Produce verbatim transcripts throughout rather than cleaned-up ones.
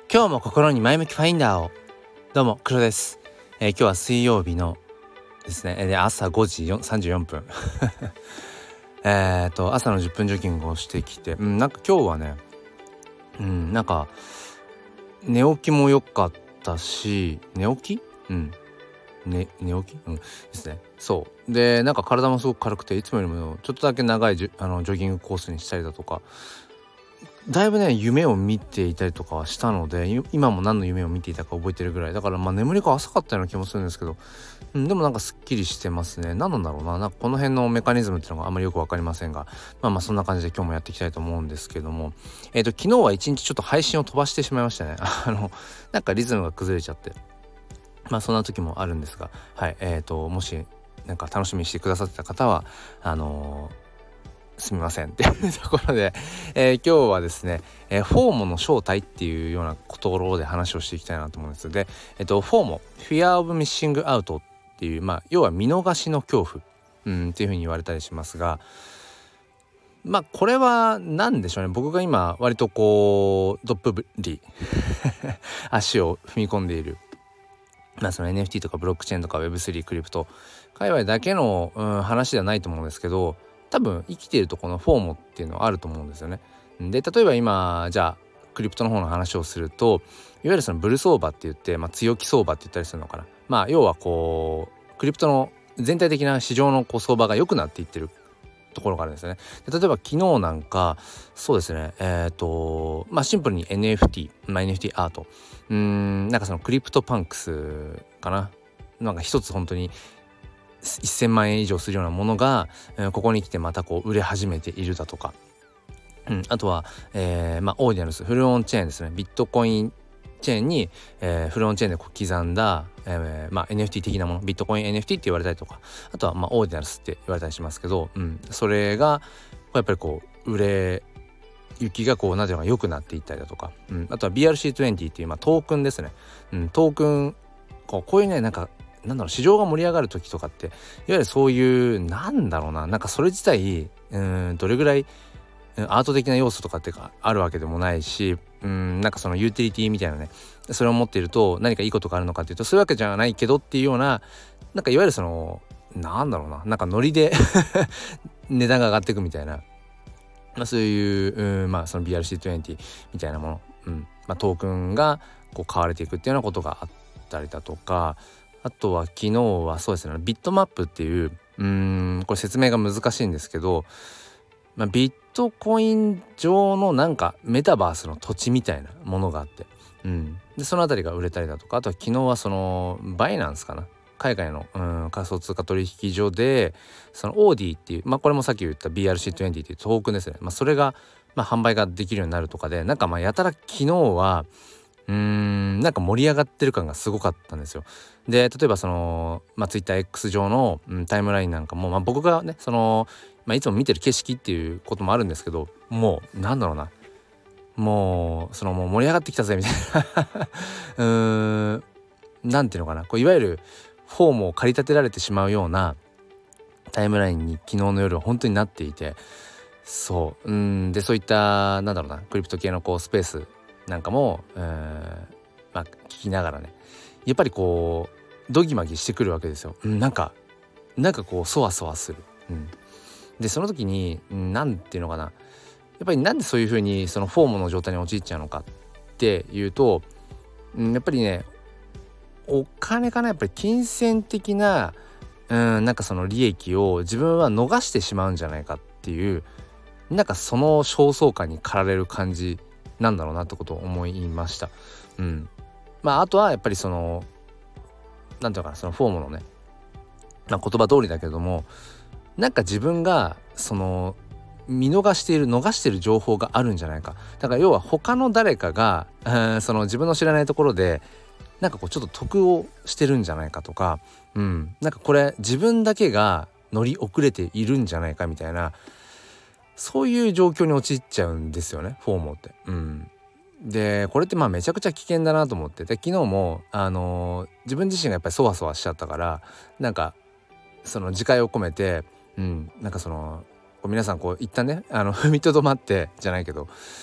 今日も心に前向きファインダーを。どうも黒です、えー、今日は水曜日のですねで朝ごじさんじゅうよんぷんえっと朝のじゅっぷんジョギングをしてきて、うん、なんか今日はねうんなんか寝起きも良かったし寝起きうんね、寝起き、うん、ですね。そうでなんか体もすごく軽くて、いつもよりもちょっとだけ長いジ ョ, あのジョギングコースにしたりだとか、だいぶね夢を見ていたりとかはしたので、今も何の夢を見ていたか覚えてるぐらいだから、まあ眠りが浅かったような気もするんですけど、うん、でもなんかすっきりしてますね。何なんだろうな、なんかこの辺のメカニズムっていうのがあんまりよく分かりませんが、まあまあそんな感じで今日もやっていきたいと思うんですけども、えっと昨日は一日ちょっと配信を飛ばしてしまいましたね。あのなんかリズムが崩れちゃって、まあそんな時もあるんですが、はいえーともしなんか楽しみにしてくださってた方はあのー、すみませんっていうところで、えー、今日はですね、えー、フォーモの正体っていうようなところで話をしていきたいなと思うんです。で、えっ、ー、とフォーモ Fear of Missing Out っていう、まあ要は見逃しの恐怖、うん、っていうふうに言われたりしますが、まあこれは何でしょうね。僕が今割とこうどっぷり足を踏み込んでいる、まあ、その エヌエフティー とかブロックチェーンとか ウェブスリー クリプト界隈だけの、うん、話ではないと思うんですけど、多分生きているとこのフォームっていうのはあると思うんですよね。で例えば今じゃあクリプトの方の話をすると、いわゆるそのブル相場って言って、まあ、強気相場って言ったりするのかな。まあ要はこうクリプトの全体的な市場のこう相場が良くなっていってるところがあるんですよね。で例えば昨日なんかそうですねえっ、ー、とまあシンプルに エヌエフティー、まあ、エヌエフティー アート、うーんなんかそのクリプトパンクスかな、なんか一つ本当にせんまんえん以上するようなものが、えー、ここに来てまたこう売れ始めているだとか、うん、あとは、えーまあ、オーディナルスフルオンチェーンですね。ビットコインチェーンに、えー、フルオンチェーンでこう刻んだ、えーまあ、エヌエフティー 的なもの、ビットコイン エヌエフティー って言われたりとか、あとは、まあ、オーディナルスって言われたりしますけど、うん、それがやっぱりこう売れ行きがこうなぜか良くなっていったりだとか、うん、あとは ビーアールシートゥエンティー っていう、まあ、トークンですね、うん、トークンこう、こういうねなんかなんだろう市場が盛り上がる時とかって、いわゆるそういうなんだろうな、なんかそれ自体うんどれぐらいアート的な要素とかってかあるわけでもないし、うんなんかそのユーティリティみたいなね、それを持っていると何かいいことがあるのかっていうとそういうわけじゃないけどっていうような、なんかいわゆるそのなんだろうな、なんかノリで値段が上がっていくみたいな、まあ、そういう、うん、まあその ビーアールシートゥエンティー みたいなもの、うんまあ、トークンがこう買われていくっていうようなことがあったりだとか、あとは昨日はそうですねビットマップっていう、うーんこれ説明が難しいんですけど、まあ、ビットコイン上のなんかメタバースの土地みたいなものがあって、うん、でそのあたりが売れたりだとか、あとは昨日はそのバイナンスかな、海外の、うん、仮想通貨取引所でそのオーディっていう、まあこれもさっき言った ビーアールシートゥエンティー っていうトークンですね、まあ、それが、まあ、販売ができるようになるとかで、なんかまあやたら昨日はうーんなんか盛り上がってる感がすごかったんですよ。で例えばその、まあ、ツイッター X 上の、うん、タイムラインなんかも、まあ、僕がねその、まあ、いつも見てる景色っていうこともあるんですけど、もうなんだろうな、もうそのもう盛り上がってきたぜみたいなうーんなんていうのかな、こういわゆるフォームを駆り立てられてしまうようなタイムラインに昨日の夜は本当になっていて、そううんでそういったなんだろうなクリプト系のこうスペースなんかも、えーまあ、聞きながらね、やっぱりこうドギマギしてくるわけですよ、うん、なんかなんかこうそわそわする、うん、でその時に、うん、なんていうのかな、やっぱりなんでそういう風にそのフォームの状態に陥っちゃうのかっていうと、うん、やっぱりねお金かな、やっぱり金銭的な、うん、なんかその利益を自分は逃してしまうんじゃないかっていう、なんかその焦燥感に駆られる感じなんだろうなってことを思いました。うん。まああとはやっぱりそのなんていうのかな、そのフォームのね、まあ、言葉通りだけども、なんか自分がその見逃している逃している情報があるんじゃないか。だから要は他の誰かが、えー、その自分の知らないところでなんかこうちょっと得をしてるんじゃないかとか、うん、なんかこれ自分だけが乗り遅れているんじゃないかみたいな、そういう状況に陥っちゃうんですよね、フォーモって。うん、でこれってまあめちゃくちゃ危険だなと思って、で昨日も、あのー、自分自身がやっぱりそわそわしちゃったから、なんかその自戒を込めて、うん、なんかその皆さんこう一旦ねあの踏みとどまってじゃないけど、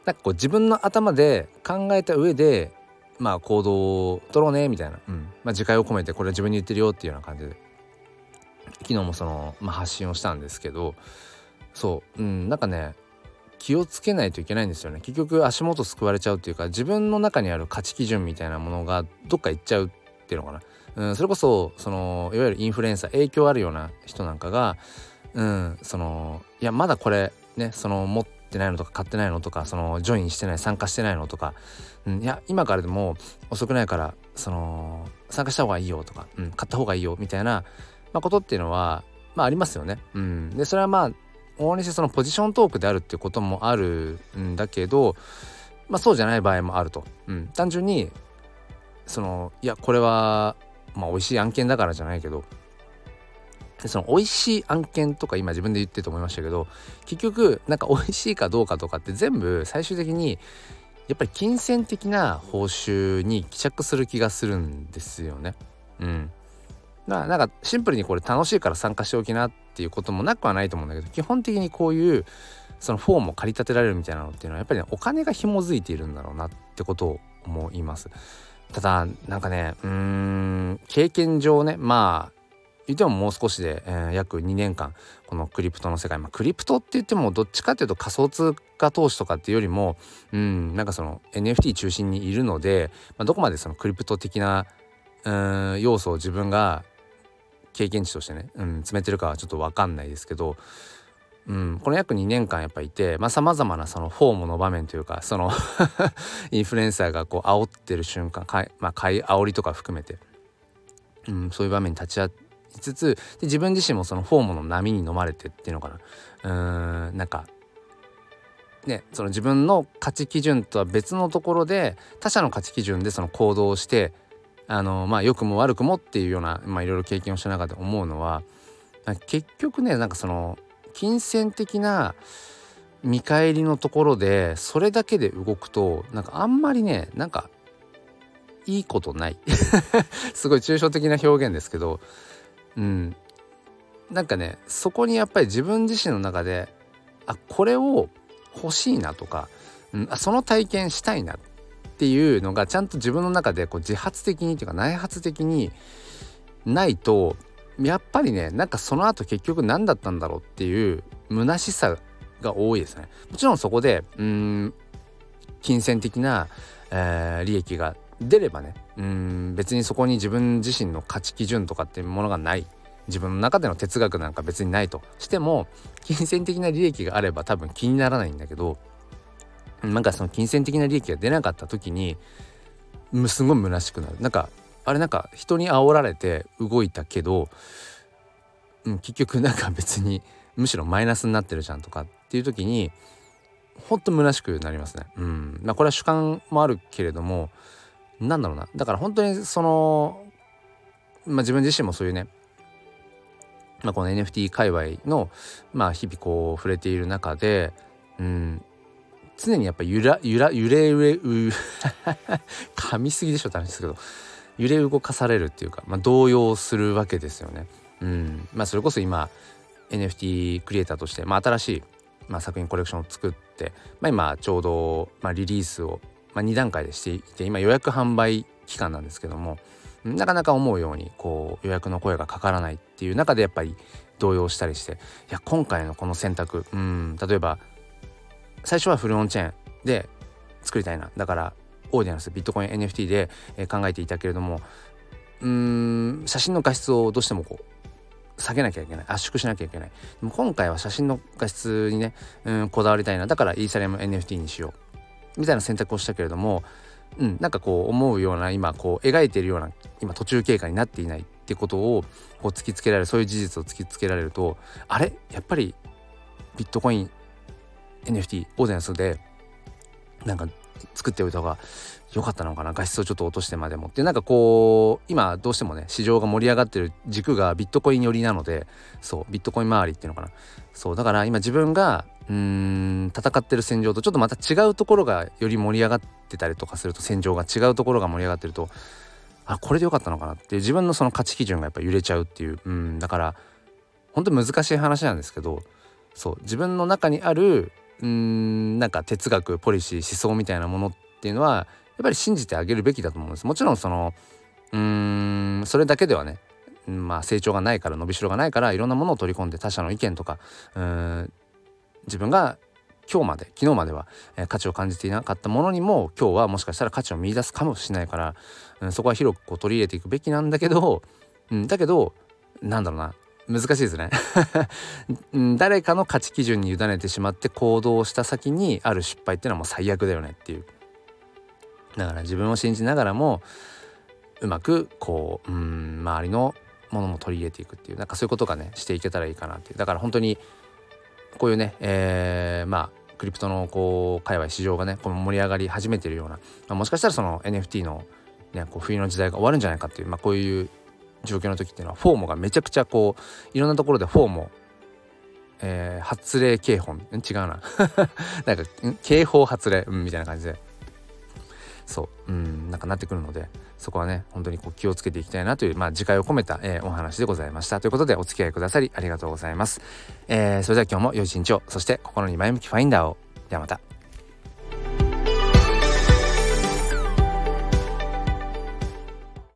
なんかこう自分の頭で考えた上でまあ行動を取ろうねみたいな、うんまあ、自戒を込めてこれは自分に言ってるよっていうような感じで昨日もその、まあ、発信をしたんですけど、そう、うん、なんかね気をつけないといけないんですよね。結局足元すくわれちゃうっていうか、自分の中にある価値基準みたいなものがどっか行っちゃうっていうのかな、うん、それこそそのいわゆるインフルエンサー影響あるような人なんかが、うん、そのいやまだこれねその持ってないのとか買ってないのとか、そのジョインしてない参加してないのとか、うん、いや今からでも遅くないからその参加した方がいいよとか、うん、買った方がいいよみたいな、まあ、ことっていうのはまあありますよね。うん、でそれはまあ大にしてそのポジショントークであるっていうこともあるんだけど、まあそうじゃない場合もあると、うん、単純にそのいやこれはまあ美味しい案件だからじゃないけど、でその美味しい案件とか今自分で言ってると思いましたけど、結局なんか美味しいかどうかとかって全部最終的にやっぱり金銭的な報酬に帰着する気がするんですよね。うん。だからなんかシンプルにこれ楽しいから参加しておきなっていうこともなくはないと思うんだけど、基本的にこういうそのフォームを駆り立てられるみたいなのっていうのはやっぱりねお金が紐づいているんだろうなってことを思います。ただなんかねうーん経験上ね、まあ言ってももう少しで、えー、約にねんかんこのクリプトの世界、まあ、クリプトって言ってもどっちかっていうと仮想通貨投資とかっていうよりもうんなんかその エヌエフティー 中心にいるので、まあ、どこまでそのクリプト的なうーん要素を自分が経験値としてね、うん、詰めてるかはちょっと分かんないですけど、うん、この約にねんかんやっぱいてさまざ、まなそのフォームの場面というかそのインフルエンサーがこう煽ってる瞬間買い、まあ、買い煽りとか含めて、うん、そういう場面に立ち会いつつで自分自身もそのフォームの波に飲まれてっていうのかな、うーんなんかねその自分の価値基準とは別のところで他者の価値基準でその行動をしてあのまあ良くも悪くもっていうようなまあいろいろ経験をした中で思うのは結局ねなんかその金銭的な見返りのところでそれだけで動くとなんかあんまりねなんかいいことないすごい抽象的な表現ですけど、うんなんかねそこにやっぱり自分自身の中であこれを欲しいなとか、うん、あその体験したいなっていうのがちゃんと自分の中でこう自発的にというか内発的にないとやっぱりねなんかその後結局何だったんだろうっていう虚しさが多いですね。もちろんそこでうーん金銭的な、えー、利益が出ればねうーん別にそこに自分自身の価値基準とかっていうものがない、自分の中での哲学なんか別にないとしても金銭的な利益があれば多分気にならないんだけど、なんかその金銭的な利益が出なかった時にすごい虚しくなる。なんかあれなんか人に煽られて動いたけど、うん、結局なんか別にむしろマイナスになってるじゃんとかっていう時にほんと虚しくなりますね。うん、まあこれは主観もあるけれどもなんだろうな、だから本当にそのまあ自分自身もそういうねまあ、この エヌエフティー 界隈の、まあ、日々こう触れている中で、うん、常にやっぱゆらゆら揺れ揺れう噛みすぎでしょって話ですけど揺れ動かされるっていうか、まあ、動揺するわけですよね。うんまあ、それこそ今 エヌエフティー クリエイターとして、まあ、新しい、まあ、作品コレクションを作って、まあ、今ちょうど、まあ、リリースを、まあ、にだんかいでしていて今予約販売期間なんですけども、なかなか思うようにこう予約の声がかからないっていう中でやっぱり動揺したりして、いや今回のこの選択、うん例えば最初はフルオンチェーンで作りたいな、だからオーディナンスビットコイン エヌエフティー で、えー、考えていたけれども、うーん写真の画質をどうしてもこう下げなきゃいけない、圧縮しなきゃいけない。でも今回は写真の画質にね、うん、こだわりたいな、だからイーサリアム エヌエフティー にしようみたいな選択をしたけれども、うん、なんかこう思うような今こう描いているような今途中経過になっていないってことをこう突きつけられる、そういう事実を突きつけられると、あれやっぱりビットコイン エヌエフティー オーディナンスでなんか作っておいた方が良かったのかな、画質をちょっと落としてまでもって、なんかこう今どうしてもね市場が盛り上がってる軸がビットコイン寄りなので、そうビットコイン周りっていうのかな、そうだから今自分がうーん戦ってる戦場とちょっとまた違うところがより盛り上がってたりとかすると、戦場が違うところが盛り上がってると、あこれで良かったのかなっていう自分のその価値基準がやっぱ揺れちゃうっていう、うんだから本当に難しい話なんですけど、そう自分の中にあるうーんなんか哲学、ポリシー、思想みたいなものっていうのはやっぱり信じてあげるべきだと思うんです。もちろんそのうーんそれだけではね、まあ成長がないから、伸びしろがないから、いろんなものを取り込んで他者の意見とかうーん自分が今日まで昨日までは、えー価値を感じていなかったものにも今日はもしかしたら価値を見出すかもしれないから、うん、そこは広くこう取り入れていくべきなんだけど、うん、だけどなんだろうな、難しいですね、うん、誰かの価値基準に委ねてしまって行動した先にある失敗っていうのはもう最悪だよねっていう。だから自分を信じながらもうまくこううん周りのものも取り入れていくっていう、なんかそういうことがねしていけたらいいかなっていう。だから本当にこういうね、えー、まあクリプトのこう界隈市場がねこの盛り上がり始めているような、まあ、もしかしたらその エヌエフティー の、ね、こう冬の時代が終わるんじゃないかっていう、まあ、こういう状況の時っていうのはフォーモがめちゃくちゃこういろんなところでフォーモ、えー、発令警報ん違うななんか警報発令、うん、みたいな感じでそううんなんかなってくるので、そこはね本当にこう気をつけていきたいなという、まあ、自戒を込めた、えー、お話でございました。ということでお付き合いくださりありがとうございます。えー、それでは今日も良い一日を、そして心に前向きファインダーを。ではまた。